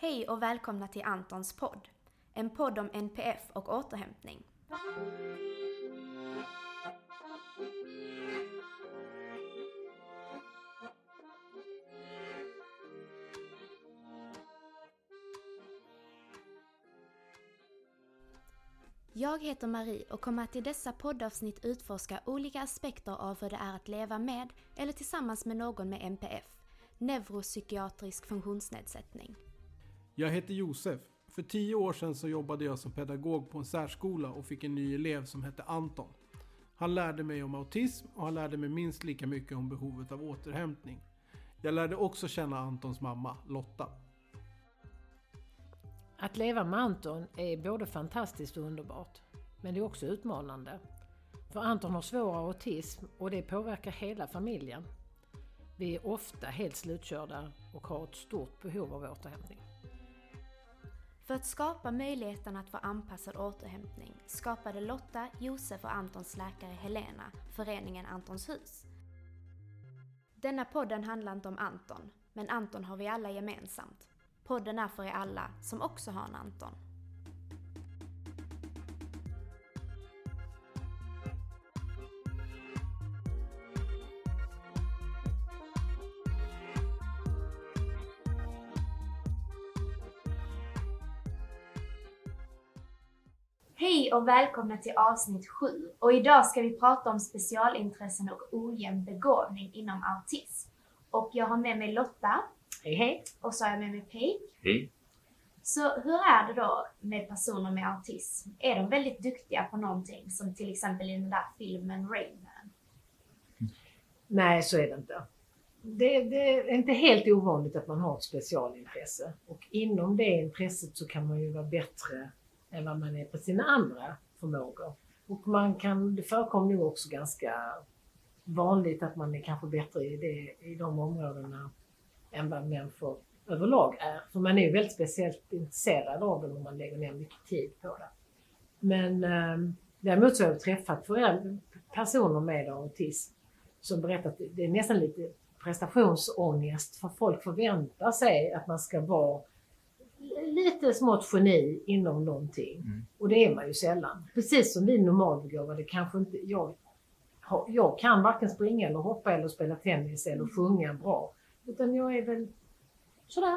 Hej och välkomna till Antons podd. En podd om NPF och återhämtning. Jag heter Marie och kommer att i dessa poddavsnitt utforska olika aspekter av hur det är att leva med eller tillsammans med någon med NPF, neuropsykiatrisk funktionsnedsättning. Jag heter Josef. För 10 år sedan så jobbade jag som pedagog på en särskola och fick en ny elev som hette Anton. Han lärde mig om autism och han lärde mig minst lika mycket om behovet av återhämtning. Jag lärde också känna Antons mamma, Lotta. Att leva med Anton är både fantastiskt och underbart, men det är också utmanande. För Anton har svår autism och det påverkar hela familjen. Vi är ofta helt slutkörda och har ett stort behov av återhämtning. För att skapa möjligheten att få anpassad återhämtning skapade Lotta, Josef och Antons läkare Helena föreningen Antons hus. Denna podden handlar inte om Anton, men Anton har vi alla gemensamt. Podden är för er alla som också har en Anton. Hej och välkomna till avsnitt 7. Och idag ska vi prata om specialintressen och ojämn begåvning inom autism. Och jag har med mig Lotta. Hej hej! Och så har jag med mig Pej. Hej. Så hur är det då med personer med autism? Är de väldigt duktiga på någonting? Som till exempel i den där filmen Rain Man? Nej, så är det inte. Det är inte helt ovanligt att man har ett specialintresse. Och inom det intresset så kan man ju vara bättre än vad man är på sina andra förmågor. Och det förekommer ju också ganska vanligt att man är kanske bättre i de områdena än vad människor överlag är. För man är ju väldigt speciellt intresserad av det om man lägger ner mycket tid på det. Men däremot så har jag träffat personer med autism som berättar att det är nästan lite prestationsångest. För folk förväntar sig att man ska vara lite smått geni inom någonting. Och det är man ju sällan. Precis som vi normalbegåvade kanske inte... Jag kan varken springa eller hoppa eller spela tennis eller sjunga bra. Utan jag är väl sådär.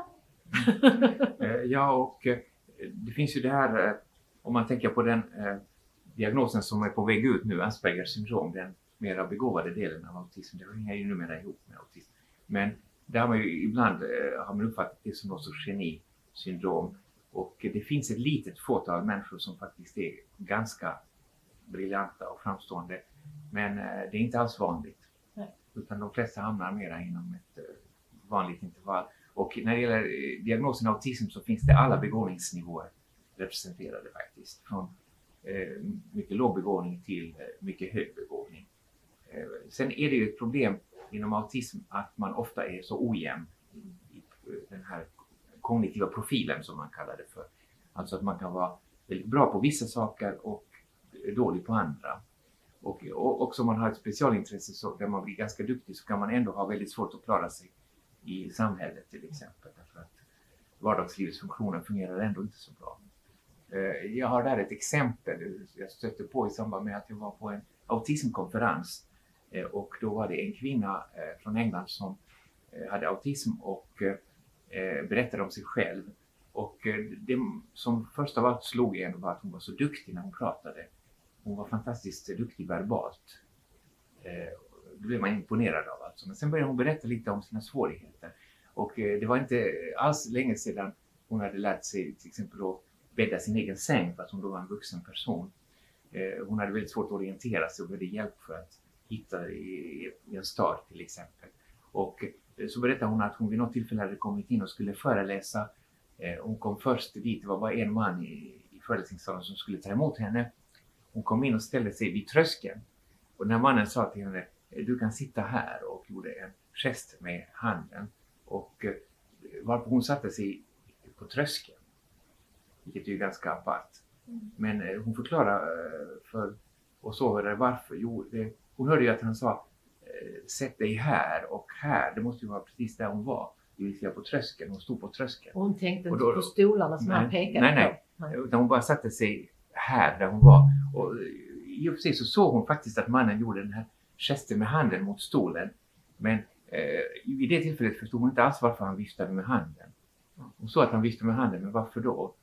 Ja, och det finns ju det här, om man tänker på den diagnosen som är på väg ut nu, Aspergers syndrom, den mera begåvade delen av autism, det hänger ju numera ihop med autism. Men där har man ju ibland har man uppfattat det som något sorts genisyndrom. Och det finns ett litet fåtal människor som faktiskt är ganska briljanta och framstående. Men det är inte alls vanligt. Nej. Utan de flesta hamnar mera inom ett vanligt intervall. Och när det gäller diagnosen autism så finns det alla begåvningsnivåer representerade faktiskt. Från mycket låg begåvning till mycket hög begåvning. Sen är det ju ett problem inom autism att man ofta är så ojämn i den här kognitiva profilen som man kallar det för. Alltså att man kan vara väldigt bra på vissa saker och dålig på andra. Och också om man har ett specialintresse så där man blir ganska duktig så kan man ändå ha väldigt svårt att klara sig i samhället till exempel. Därför att vardagslivets funktioner fungerar ändå inte så bra. Jag har där ett exempel jag stötte på i samband med att jag var på en autismkonferens. Och då var det en kvinna från England som hade autism och berättade om sig själv. Och det som först av allt slog en var att hon var så duktig när hon pratade. Hon var fantastiskt duktig verbalt. Det blev man imponerad av alltså. Men sen började hon berätta lite om sina svårigheter. Och det var inte alls länge sedan hon hade lärt sig till exempel att bädda sin egen säng för att hon då var en vuxen person. Hon hade väldigt svårt att orientera sig och behövde hjälp för att hitta i en stad till exempel. Och så berättade hon att hon vid något tillfälle hade kommit in och skulle föreläsa. Hon kom först dit, det var bara en man i föreläsningssalen som skulle ta emot henne. Hon kom in och ställde sig vid tröskeln. Och när mannen sa till henne, du kan sitta här, och gjorde en gest med handen. Och varpå hon satte sig på tröskeln. Vilket är ju ganska apart. Men hon förklarade för oss så varför. Jo, hon hörde ju att han sa, sätt dig här och här. Det måste ju vara precis där hon var. det vill säga på tröskeln. Hon stod på tröskeln. Och hon tänkte inte på stolarna som han pekade nej. på. Nej. Utan hon bara satte sig här där hon var. Och i och för sig så såg hon faktiskt att mannen gjorde den här gesten med handen mot stolen. Men vid det tillfället förstod hon inte alls varför han viftade med handen. Hon såg att han viftade med handen, men varför då?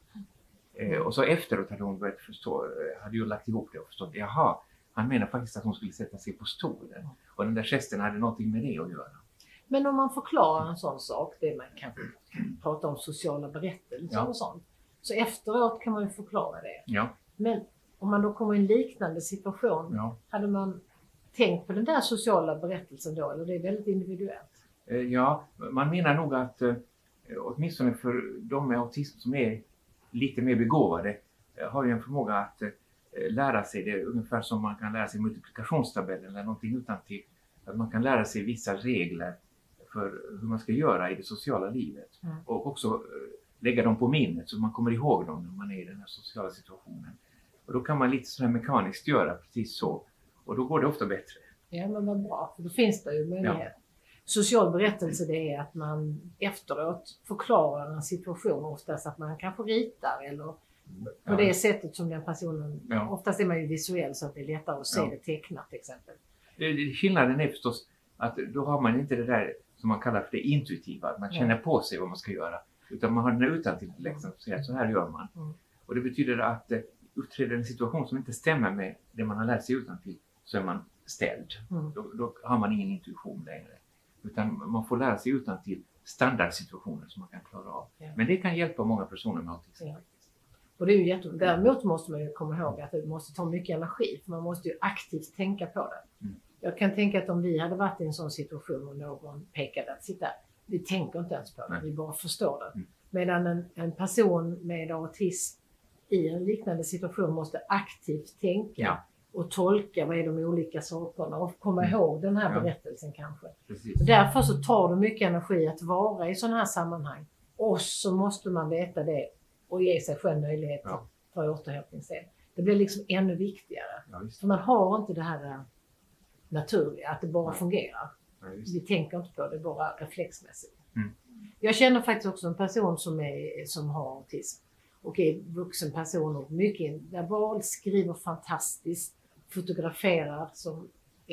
Och så efteråt hade hon börjat förstå, hade ju lagt ihop det och förstått, jaha, han menar faktiskt att hon skulle sätta sig på stolen. Och den där gesten hade någonting med det att göra. Men om man förklarar en sån sak, det man kan prata om sociala berättelser och sånt. Så efteråt kan man ju förklara det. Ja. Men om man då kommer i en liknande situation, hade man tänkt på den där sociala berättelsen då? Eller det är väldigt individuellt? Ja, man menar nog att åtminstone för de med autism som är lite mer begåvade har ju en förmåga att lära sig det ungefär som man kan lära sig multiplikationstabellen eller någonting utantill. Att man kan lära sig vissa regler för hur man ska göra i det sociala livet. Och också lägga dem på minnet så man kommer ihåg dem när man är i den här sociala situationen. Och då kan man lite så här mekaniskt göra precis så. Och då går det ofta bättre. Ja, men vad bra. För då finns det ju möjlighet. Ja. Social berättelse, det är att man efteråt förklarar en situation. Oftast att man kanske ritar eller på det sättet som den personen... Ja. Oftast är man ju visuell så att det är lättare att se det tecknat till exempel. Skillnaden är förstås att då har man inte det där som man kallar för det intuitiva. Man känner på sig vad man ska göra. Utan man har den utantill liksom, så här gör man. Och det betyder att uppträder en situation som inte stämmer med det man har lärt sig utantill så är man ställd. Då har man ingen intuition längre. Utan man får lära sig utantill standardsituationer som man kan klara av. Ja. Men det kan hjälpa många personer med autism. Ja. Och det är ju jättebra. Däremot måste man ju komma ihåg att det måste ta mycket energi. För man måste ju aktivt tänka på det. Jag kan tänka att om vi hade varit i en sån situation och någon pekade att sitta, vi tänker inte ens på det. Vi bara förstår det. Medan en person med autism i en liknande situation måste aktivt tänka och tolka vad är de olika sakerna och komma ihåg den här berättelsen kanske. Och därför så tar det mycket energi att vara i sådana här sammanhang. Och så måste man veta det och ge sig själv möjlighet för återhämtningsdel. Det blir liksom ännu viktigare. För man har inte det här naturliga, att det bara fungerar. Vi tänker inte på det, bara reflexmässigt. Jag känner faktiskt också en person som har autism. Och är vuxen person och mycket verbal, skriver fantastiskt, fotograferar som,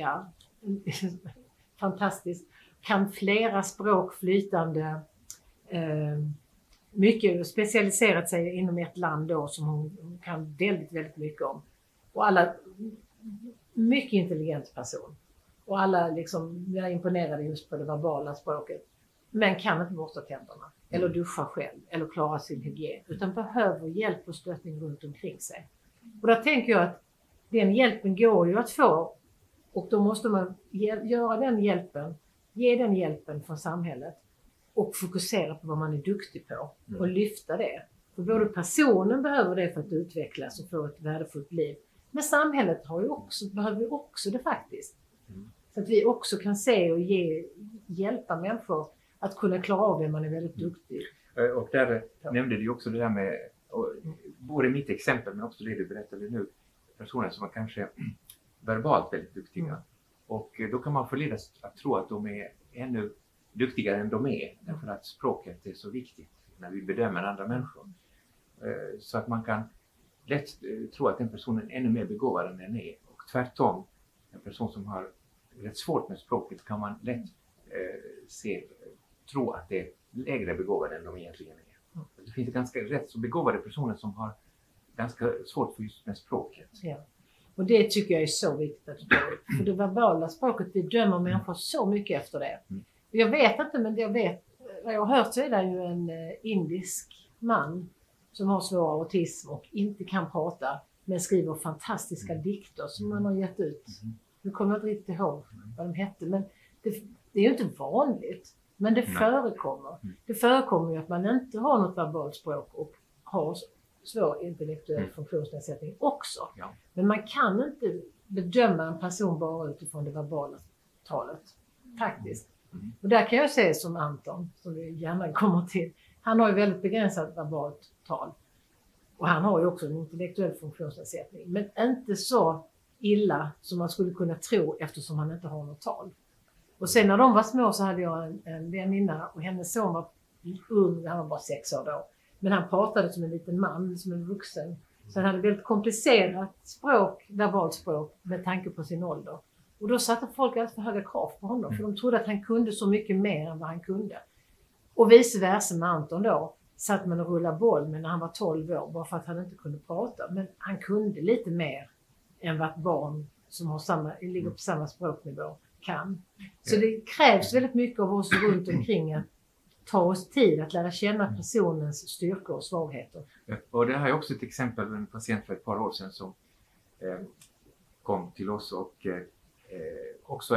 fantastiskt, kan flera språk flytande, mycket specialiserat sig inom ett land då som hon kan väldigt, väldigt mycket om. Och alla, mycket intelligent person. Och alla liksom blir imponerade just på det verbala språket. Men kan inte borsta tänderna. Eller duscha själv. Eller klara sin hygien. Utan behöver hjälp och stöttning runt omkring sig. Och där tänker jag att den hjälpen går ju att få. Och då måste man göra den hjälpen. Ge den hjälpen från samhället. Och fokusera på vad man är duktig på. Och lyfta det. För både personen behöver det för att utvecklas och få ett värdefullt liv. Men samhället behöver ju också det faktiskt. Så att vi också kan se och hjälpa människor att kunna klara av det man är väldigt duktig. Och där nämnde du också det där med, både mitt exempel men också det du berättade nu, personer som är kanske verbalt väldigt duktiga. Och då kan man förledas att tro att de är ännu duktigare än de är. Därför att språket är så viktigt när vi bedömer andra människor. Så att man kan lätt tro att den personen är ännu mer begåvad än den är. Och tvärtom, en person som har rätt svårt med språket kan man lätt tro att det är lägre begåvade än de egentligen är. Det finns ganska rätt så begåvade personer som har ganska svårt för just med språket. Ja. Och det tycker jag är så viktigt att förstå. För det verbala språket, vi dömer människor så mycket efter det. Jag vet inte, men vad jag har hört så är det ju en indisk man som har svår autism och inte kan prata, men skriver fantastiska dikter som man har gett ut. Nu kommer jag inte riktigt ihåg vad de hette, men det är ju inte vanligt. Men det förekommer. Det förekommer ju att man inte har något verbalt språk och har svår intellektuell funktionsnedsättning också. Ja. Men man kan inte bedöma en person bara utifrån det verbala talet. Faktiskt. Och där kan jag säga som Anton, som vi gärna kommer till. Han har ju väldigt begränsat verbalt tal. Och han har ju också en intellektuell funktionsnedsättning. Men inte så illa som man skulle kunna tro eftersom han inte har något tal. Och sen när de var små så hade jag en väninna och hennes son var ung, han var bara 6 år då. Men han pratade som en liten man, som en vuxen. Så han hade väldigt komplicerat språk, verbalt språk, med tanke på sin ålder. Och då satte folk alldeles för höga krav på honom. För de trodde att han kunde så mycket mer än vad han kunde. Och vice versa med Anton då. Satt man och rullade boll med när han var 12 år. Bara för att han inte kunde prata. Men han kunde lite mer än vad ett barn som har ligger på samma språknivå kan. Så det krävs väldigt mycket av oss runt omkring att ta oss tid att lära känna personens styrkor och svagheter. Och det här är också ett exempel med en patient för ett par år sedan som kom till oss och också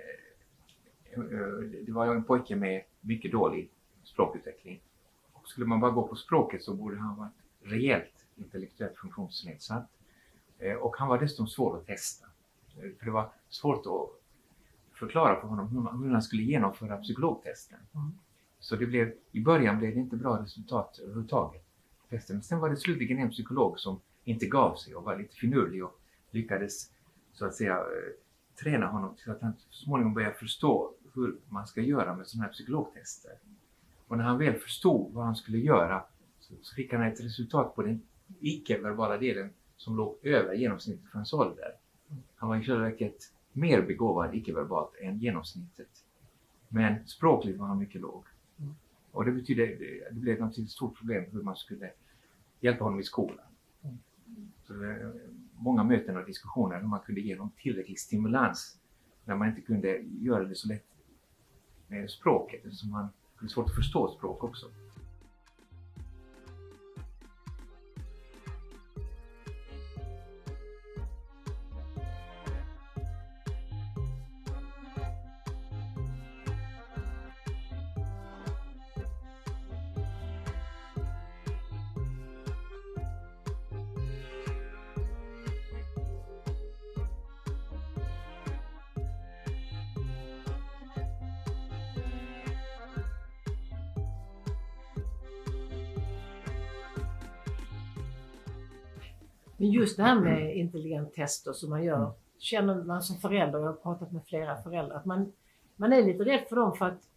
det var en pojke med mycket dålig språkutveckling. Och skulle man bara gå på språket så borde han vara rejält intellektuellt funktionsnedsatt. Och han var dessutom svår att testa. För det var svårt att förklara för honom hur han skulle genomföra psykologtesten. Så i början blev det inte bra resultat överhuvudtaget. Men sen var det slutligen en psykolog som inte gav sig och var lite finurlig och lyckades så att säga träna honom till att han så småningom började förstå hur man ska göra med sådana här psykologtester. Och när han väl förstod vad han skulle göra så fick han ett resultat på den icke-verbala delen som låg över genomsnittet för hans ålder. Han var i själva verket mer begåvad icke-verbalt än genomsnittet. Men språkligt var han mycket låg. Och det betyder, det blev naturligtvis ett stort problem hur man skulle hjälpa honom i skolan. Så många möten och diskussioner hur man kunde ge honom tillräcklig stimulans när man inte kunde göra det så lätt med språket. Så man hade svårt att förstå språk också. Men just det här med intelligenttester som man gör, känner man som förälder, jag har pratat med flera föräldrar, att man är lite rädd för dem för att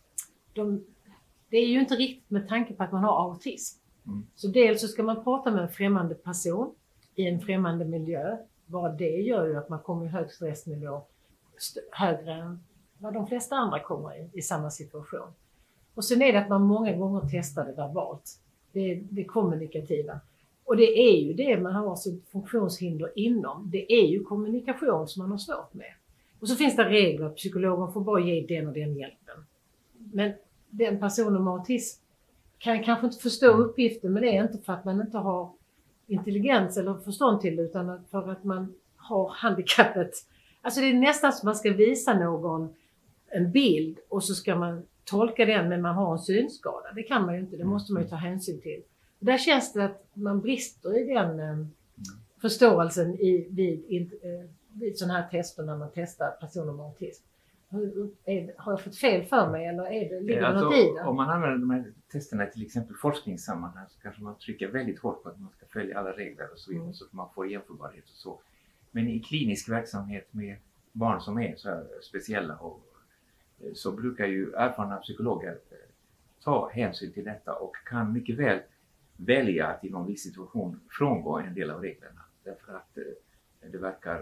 det är ju inte riktigt med tanke på att man har autism. Så dels så ska man prata med en främmande person i en främmande miljö. Bara det gör ju att man kommer i hög stressnivå högre än vad de flesta andra kommer i samma situation. Och sen är det att man många gånger testar det verbalt. Det kommunikativa. Och det är ju det man har som funktionshinder inom. Det är ju kommunikation som man har svårt med. Och så finns det regler. Psykologen får bara ge den och den hjälpen. Men den personen med autism kan kanske inte förstå uppgiften. Men det är inte för att man inte har intelligens eller förstånd till det. Utan för att man har handikappet. Alltså det är nästan som man ska visa någon en bild. Och så ska man tolka den men man har en synskada. Det kan man ju inte. Det måste man ju ta hänsyn till. Där känns det att man brister i den förståelsen vid sådana här tester när man testar personer med autism. Har jag fått fel för mig eller ligger det något i det? Om man använder de här testerna i till exempel forskningssammanhang så kanske man trycker väldigt hårt på att man ska följa alla regler och så vidare så att man får jämförbarhet och så. Men i klinisk verksamhet med barn som är så här speciella så brukar ju erfarna psykologer ta hänsyn till detta och kan mycket väl välja att i någon viss situation frångå en del av reglerna. Därför att det verkar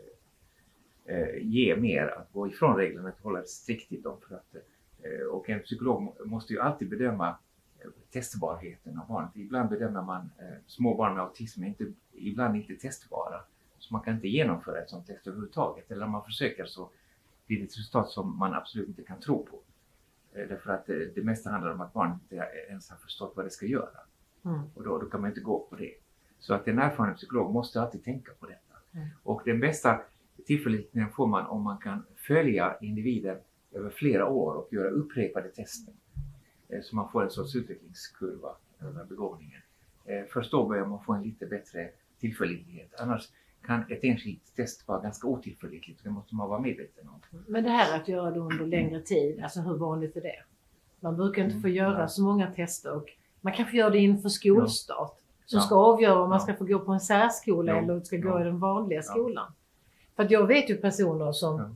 ge mer att gå ifrån reglerna, att hålla strikt i dem. Och en psykolog måste ju alltid bedöma testbarheten av barnet. Ibland bedömer man små barn med autism ibland inte testbara. Så man kan inte genomföra ett sånt test överhuvudtaget. Eller om man försöker så blir det ett resultat som man absolut inte kan tro på. Därför att det mesta handlar om att barnet inte ens har förstått vad det ska göra. Och då kan man inte gå på det. Så att en erfaren psykolog måste alltid tänka på detta. Och den bästa tillförlitligheten får man om man kan följa individen över flera år och göra upprepade tester. Så man får en sorts utvecklingskurva över begåvningen. Först då börjar man få en lite bättre tillförlitlighet. Annars kan ett enskilt test vara ganska otillförlitligt. Det måste man vara medveten om. Men det här att göra det under längre tid, alltså hur vanligt är det? Man brukar inte få göra så många tester och man kanske gör det inför skolstart. Som ska avgöra om man ska få gå på en särskola eller ska gå i den vanliga skolan. För att jag vet ju personer som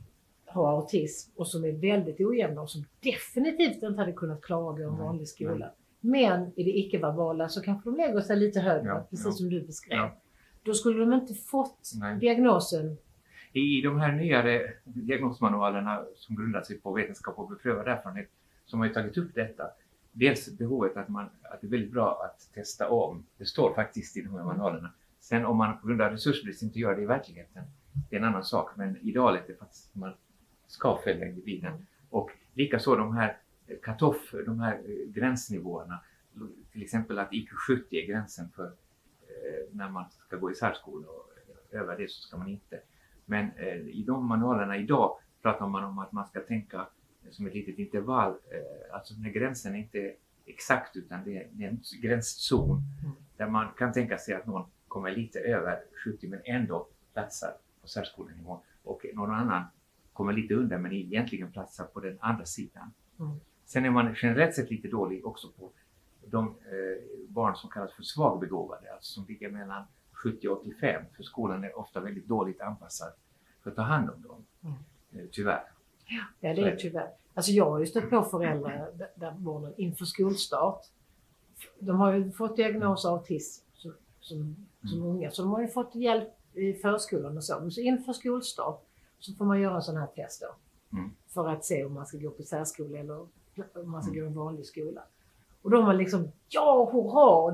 har autism och som är väldigt ojämna och som definitivt inte hade kunnat klara en vanlig skola. Men i det icke-verbala så kanske de lägger sig lite högre, precis som du beskrev. Ja. Då skulle de inte fått diagnosen. I de här nyare diagnosmanualerna som grundar sig på vetenskap och beprövad erfarenhet som har ju tagit upp detta. Dels behovet att det är väldigt bra att testa om. Det står faktiskt i de här manualerna. Sen om man på grund av resursbrist inte gör det i verkligheten, det är en annan sak. Men idealet är faktiskt att man ska följa individen. Och likaså de här cut-off, de här gränsnivåerna. Till exempel att IQ 70 är gränsen för när man ska gå i särskola och över det så ska man inte. Men i de manualerna idag pratar man om att man ska tänka som ett litet intervall. Alltså den här gränsen är inte exakt utan det är en gränszon. Där man kan tänka sig att någon kommer lite över 70 men ändå platsar på särskolenivå. Och någon annan kommer lite under men egentligen platsar på den andra sidan. Sen är man generellt sett lite dålig också på de barn som kallas för svagbegåvade. Alltså som ligger mellan 70 och 85. För skolan är ofta väldigt dåligt anpassad för att ta hand om dem. Tyvärr. Ja, det är tyvärr. Alltså jag har ju stött på föräldrar där barnen inför skolstart. De har ju fått diagnos av autism som unga. Så de har ju fått hjälp i förskolan och så. Men så inför skolstart så får man göra en sån här test då. För att se om man ska gå på särskola eller om man ska gå i en vanlig skola. Och då har man liksom, ja hurra!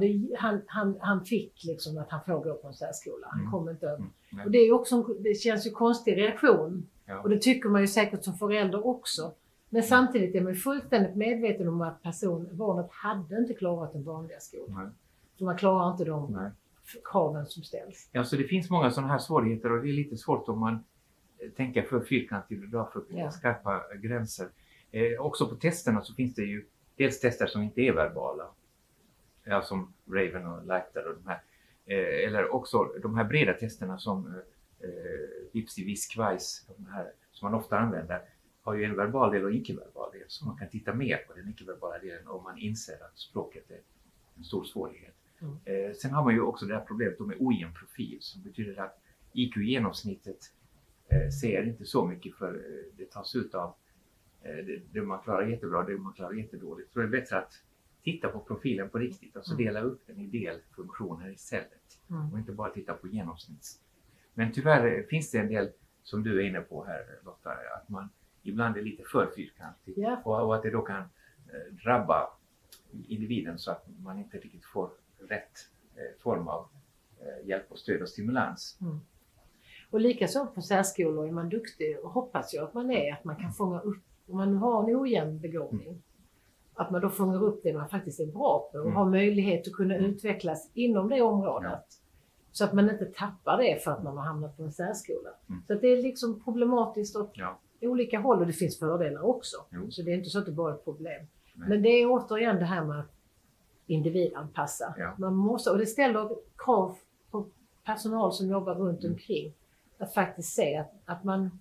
Han fick liksom att han får gå på en särskola. Han kommer inte över. Och det är också det känns ju konstig reaktion. Ja. Och det tycker man ju säkert som förälder också. Men samtidigt är man ju fullständigt medveten om att barnet hade inte klarat den vanliga skolan. Så man klarar inte de kraven som ställs. Ja, så det finns många sådana här svårigheter och det är lite svårt om man tänker för fyrkantigt och drar för skarpa gränser. Också på testerna så finns det ju dels tester som inte är verbala. Ja, som Raven och Leiter och de här. Eller också de här breda testerna som Ipsi, Visk, Weiss, de här som man ofta använder, har ju en verbal del och icke-verbal del. Så man kan titta mer på den icke-verbala delen om man inser att språket är en stor svårighet. Sen har man ju också det här problemet med ojämn profil som betyder att IQ-genomsnittet ser inte så mycket för det tas ut av det man klarar jättebra och det man klarar jättedåligt. Så det är bättre att titta på profilen på riktigt, alltså dela upp den i delfunktioner i cellet och inte bara titta på genomsnitts. Men tyvärr finns det en del som du är inne på här Lotta, att man ibland är lite för fyrkantig och att det då kan drabba individen så att man inte riktigt får rätt form av hjälp och stöd och stimulans. Och likaså på särskolor är man duktig och hoppas jag att man är, att man kan fånga upp, om man har en ojämn begåvning, att man då fångar upp det man faktiskt är bra på och har möjlighet att kunna utvecklas inom det området. Så att man inte tappar det för att man har hamnat på en särskola. Så att det är liksom problematiskt åt olika håll och det finns fördelar också. Så det är inte så att det bara är ett problem. Men det är återigen det här med att individanpassa. Man måste, och det ställer krav på personal som jobbar runt omkring att faktiskt se att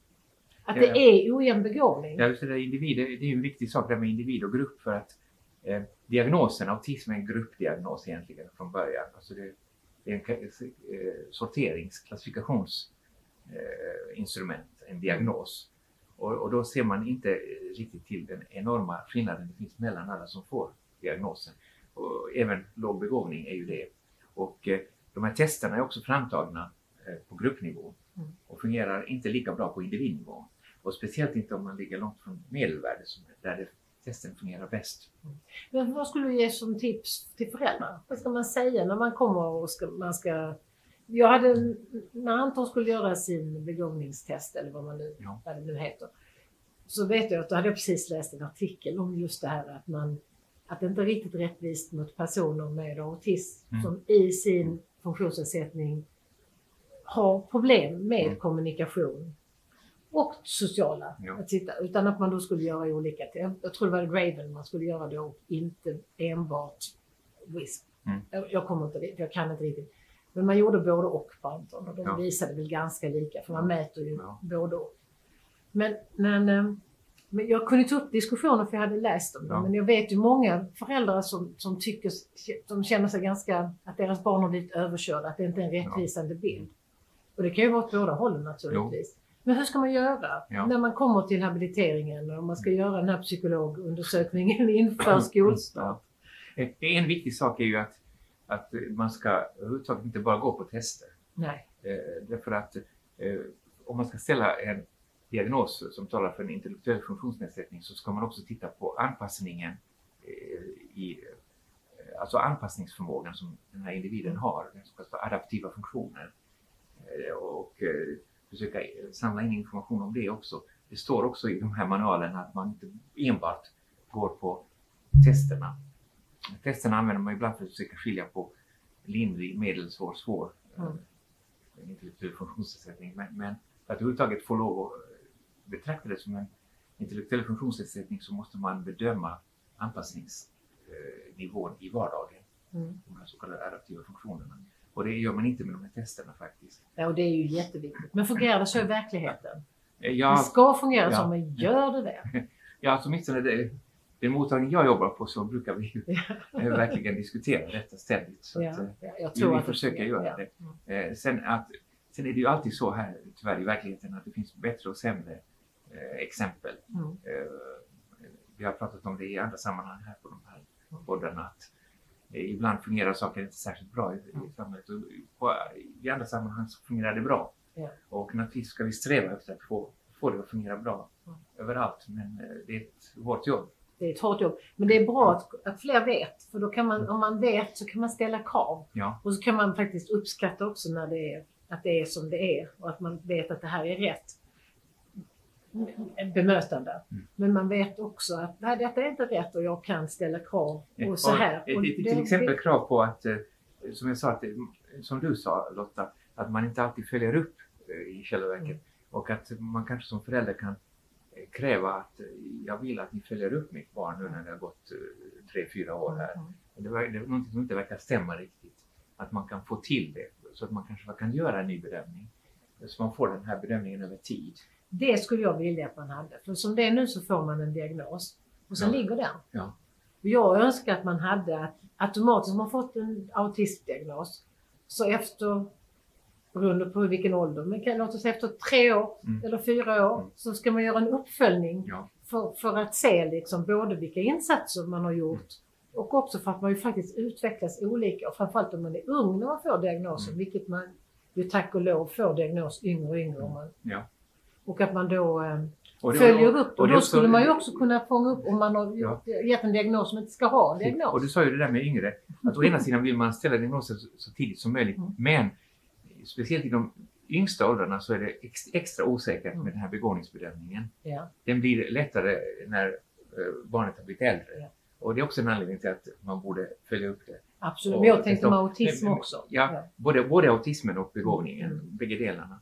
det är ojämn begåvning. Ja, det är ju en viktig sak där med individ och grupp för att diagnosen, autism är en gruppdiagnos egentligen från början. Alltså det är en klassifikationsinstrument, en diagnos. Och då ser man inte riktigt till den enorma skillnaden det finns mellan alla som får diagnosen. Och även låg begåvning är ju det. Och de här testerna är också framtagna på gruppnivå och fungerar inte lika bra på individnivå. Och speciellt inte om man ligger långt från medelvärdet där testen fungerar bäst. Men vad skulle du ge som tips till föräldrar? Vad ska man säga när man kommer och när Anton skulle göra sin begåvningstest eller vad det nu heter. Så vet jag att då hade jag precis läst en artikel om just det här att det inte är riktigt rättvist mot personer med autism som i sin funktionsnedsättning har problem med kommunikation och sociala att sitta, utan att man då skulle göra olika. Jag tror det var Raven man skulle göra då och inte enbart WISP. Jag kan inte riktigt. Men man gjorde både och på Anton och de visade väl ganska lika för man mäter ju både och. Men jag kunde ta upp diskussioner för jag hade läst om det. Men jag vet ju många föräldrar som tycker, som känner sig ganska, att deras barn har blivit överkörda, att det inte är en rättvisande bild. Och det kan ju vara åt båda hållen naturligtvis. Men hur ska man göra när man kommer till habiliteringen och man ska göra den här psykologundersökningen inför skolstart? En viktig sak är ju att man ska överhuvudtaget inte bara gå på tester. Nej. Därför att om man ska ställa en diagnos som talar för en intellektuell funktionsnedsättning så ska man också titta på anpassningen alltså anpassningsförmågan som den här individen har, den så kallade adaptiva funktioner, och försöka samla in information om det också. Det står också i de här manualerna att man inte enbart går på testerna. Testerna använder man ibland för att försöka skilja på lindrig, medelsvår, svår intellektuell funktionsnedsättning. Men för att överhuvudtaget få lov att betrakta det som en intellektuell funktionsnedsättning så måste man bedöma anpassningsnivån i vardagen. De här så kallade adaptiva funktionerna. Och det gör man inte med de här testerna faktiskt. Ja, och det är ju jätteviktigt. Men fungerar det så i verkligheten? Ja, det ska fungera så, men gör det? Ja, alltså åtminstone den mottagning jag jobbar på så brukar vi ju verkligen diskutera detta ständigt. Så jag tror vi att försöker göra det. Sen är det ju alltid så här tyvärr i verkligheten att det finns bättre och sämre exempel. Vi har pratat om det i andra sammanhang här på de här poddarna att ibland fungerar saker inte särskilt bra i samhället och i andra sammanhang så fungerar det bra. Och naturligtvis ska vi sträva efter att få det att fungera bra överallt, men det är ett hårt jobb. Det är ett hårt jobb, men det är bra att fler vet, för då kan man, om man vet så kan man ställa krav. Och så kan man faktiskt uppskatta också när att det är som det är och att man vet att det här är rätt bemötande. Men man vet också att nej, detta är inte rätt och jag kan ställa krav och så här. Och till exempel krav på att, som jag sa, att, som du sa Lotta, att man inte alltid följer upp i själva verket. Och att man kanske som förälder kan kräva att jag vill att ni följer upp mitt barn nu när det har gått 3-4 år här. Det är någonting som inte verkar stämma riktigt. Att man kan få till det så att man kanske kan göra en ny bedömning. Så man får den här bedömningen över tid. Det skulle jag vilja att man hade. För som det är nu så får man en diagnos. Och sen ligger den. Jag önskar att man hade att automatiskt man fått en autismdiagnos. Så efter, beroende på vilken ålder, men låt oss efter 3 år eller 4 år så ska man göra en uppföljning för att se liksom både vilka insatser man har gjort och också för att man ju faktiskt utvecklas olika. Och framförallt om man är ung när man får diagnosen, vilket man ju tack och lov får diagnos yngre och yngre. Och att man då följer upp. Och då skulle man ju också kunna fånga upp om man har gett en diagnos som inte ska ha en diagnos. Och du sa ju det där med yngre. Att å ena sidan vill man ställa diagnoser så tidigt som möjligt. Men speciellt i de yngsta åldrarna så är det extra osäkert med den här begåvningsbedömningen. Den blir lättare när barnet har blivit äldre. Och det är också en anledning till att man borde följa upp det. Absolut, men jag tänkte med autism också. Både autismen och begåvningen, bägge delarna.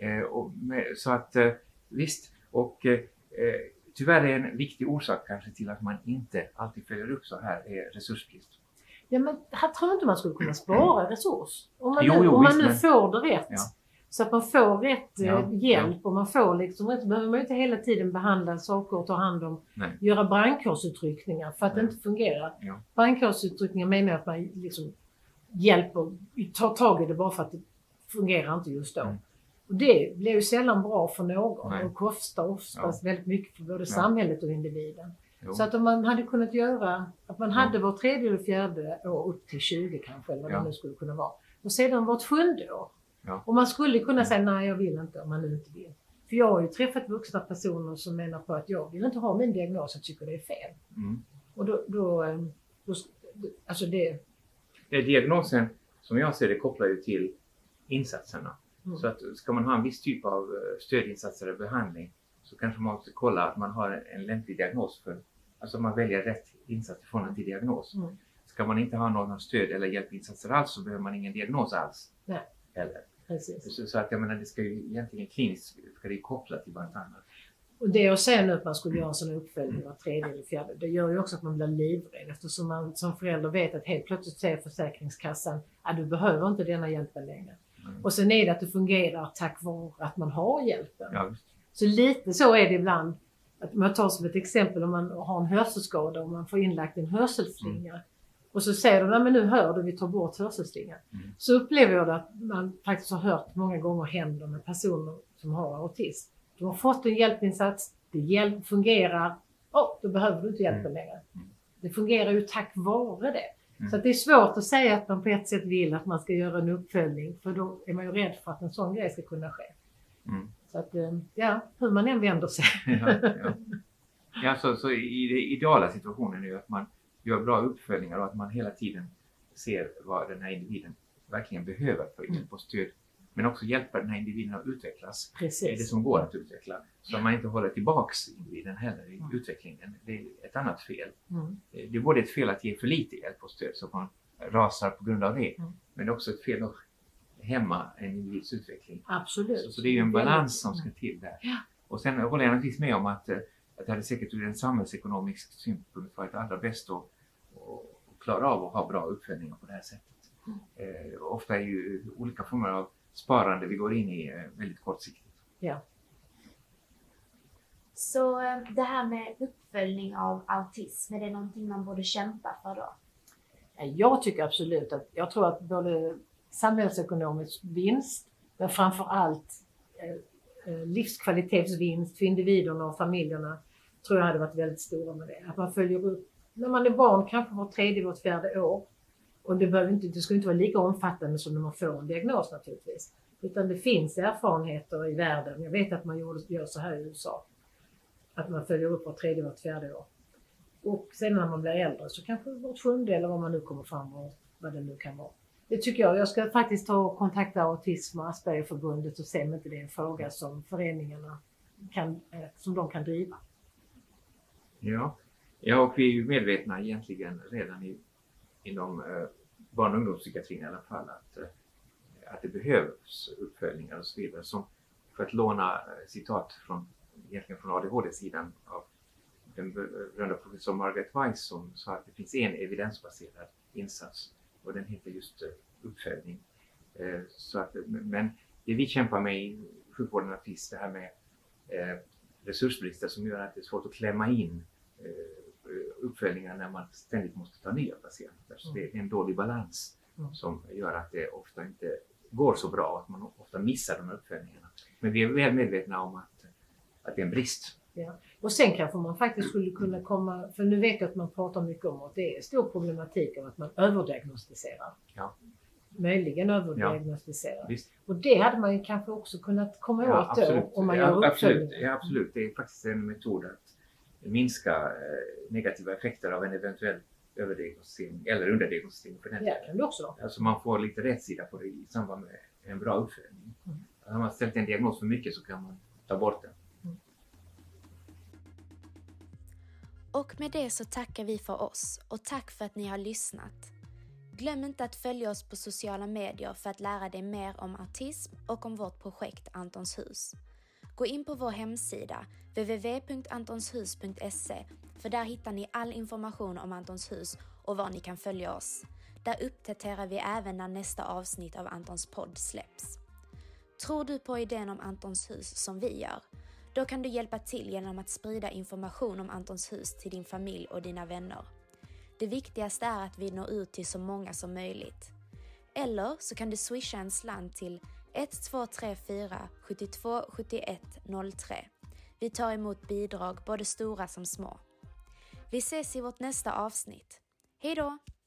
Så att visst, och tyvärr är en viktig orsak kanske till att man inte alltid följer upp så här är resursbrist. Ja, men här tror jag inte man skulle kunna spara resurs. Om man nu får det rätt. Så att man får rätt hjälp och man får liksom rätt. Behöver man inte hela tiden behandla saker och ta hand om. Göra brandkårsutryckningar för att det inte fungerar. Brandkårsutryckningar menar att man liksom hjälper, tar tag i det bara för att det fungerar inte just då. Och det blir ju sällan bra för någon och kostar oftast väldigt mycket för både samhället och individen. Så att om man hade kunnat göra att man hade var 3:e eller 4:e år upp till 20 kanske, eller vad det nu skulle kunna vara. Och sedan vart 7:e år. Och man skulle kunna säga nej, jag vill inte om man nu inte vill. För jag har ju träffat vuxna personer som menar på att jag vill inte ha min diagnos, jag tycker det är fel. Och då alltså det... Diagnosen som jag ser det kopplar ju till insatserna. Så att ska man ha en viss typ av stödinsatser eller behandling så kanske man måste kolla att man har en lämplig diagnos för, alltså man väljer rätt insats i förhållande till diagnos. Ska man inte ha någon stöd eller hjälpinsatser alls så behöver man ingen diagnos alls. Heller. Precis. Så att jag menar det ska ju egentligen kliniskt ska det koppla till varandra. Och det jag säger nu att man skulle göra en sån uppföljning var 3:e eller 4:e, det gör ju också att man blir livrädd eftersom man som förälder vet att helt plötsligt säger Försäkringskassan att du behöver inte denna hjälpen längre. Och sen är det att det fungerar tack vare att man har hjälpen. Så lite så är det ibland. Att man tar som ett exempel om man har en hörselskada och man får inlagt en hörselslinga. Och så säger de, men nu hör du, vi tar bort hörselslingan. Så upplever jag att man faktiskt har hört många gånger händer med personer som har autism. Du har fått en hjälpinsats, det fungerar, då behöver du inte hjälpen längre. Det fungerar ju tack vare det. Så att det är svårt att säga att man på ett sätt vill att man ska göra en uppföljning, för då är man ju rädd för att en sån grej ska kunna ske. Så att, hur man än vänder sig. Så i det ideala situationen är ju att man gör bra uppföljningar och att man hela tiden ser vad den här individen verkligen behöver för hjälp och stöd. Men också hjälpa den här individen att utvecklas. Precis. Det är det som går att utveckla. Så att man inte håller tillbaks individen heller i utvecklingen. Det är ett annat fel. Det är både ett fel att ge för lite hjälp och stöd så att man rasar på grund av det. Men det är också ett fel att hämma en individs utveckling. Absolut. Så det är ju en balans som ska till där. Ja. Och sen håller jag naturligtvis med om att det hade säkert ur en samhällsekonomisk synpunkt varit allra bäst att klara av att ha bra uppföljningar på det här sättet. Ofta är ju olika former av sparande vi går in i väldigt kortsiktigt. Ja. Så det här med uppföljning av autism, är det någonting man borde kämpa för då? Jag tycker absolut att, jag tror att både samhällsekonomisk vinst, men framförallt livskvalitetsvinst för individerna och familjerna, tror jag hade varit väldigt stora med det. Att man följer upp, när man är barn kanske var 3:e, var 4:e år. Och det ska inte vara lika omfattande som när man får en diagnos naturligtvis. Utan det finns erfarenheter i världen. Jag vet att man gör så här i USA. Att man följer upp var 3:e, var 4:e år. Och sen när man blir äldre så kanske var 7:e eller vad man nu kommer fram och vad det nu kan vara. Det tycker jag. Jag ska faktiskt ta och kontakta Autism- och Aspergerförbundet och se om inte det är en fråga som föreningarna som de kan driva. Ja, och vi är ju medvetna egentligen redan inom barn- och ungdomspsykiatrin i alla fall att det behövs uppföljningar och så vidare. Som för att låna citat från ADHD-sidan av den berömda professor Margaret Weiss som sa att det finns en evidensbaserad insats och den heter just uppföljning. Men det vi kämpar med i sjukvården är det här med resursbrister som gör att det är svårt att klämma in uppföljningar när man ständigt måste ta nya patienter. Så det är en dålig balans som gör att det ofta inte går så bra, att man ofta missar de här uppföljningarna. Men vi är väl medvetna om att det är en brist. Ja. Och sen kanske man faktiskt skulle kunna komma, för nu vet jag att man pratar mycket om att det är stor problematik av att man överdiagnostiserar. Ja. Möjligen överdiagnostiserar. Ja, och det hade man ju kanske också kunnat komma åt absolut. Då om man gör uppföljningar. Ja, absolut. Det är faktiskt en metod att minska negativa effekter av en eventuell överdiagnostisering eller underdiagnostisering för den. Ja, kan det också. Alltså man får lite rätt sida på det i samband med en bra uppföljning. Har man ställt en diagnos för mycket så kan man ta bort den. Och med det så tackar vi för oss och tack för att ni har lyssnat. Glöm inte att följa oss på sociala medier för att lära dig mer om autism och om vårt projekt Antons hus. Gå in på vår hemsida www.antonshus.se för där hittar ni all information om Antons hus och var ni kan följa oss. Där uppdaterar vi även när nästa avsnitt av Antons podd släpps. Tror du på idén om Antons hus som vi gör? Då kan du hjälpa till genom att sprida information om Antons hus till din familj och dina vänner. Det viktigaste är att vi når ut till så många som möjligt. Eller så kan du swisha en slant till 1234 72 71 03. Vi tar emot bidrag både stora som små. Vi ses i vårt nästa avsnitt. Hej då!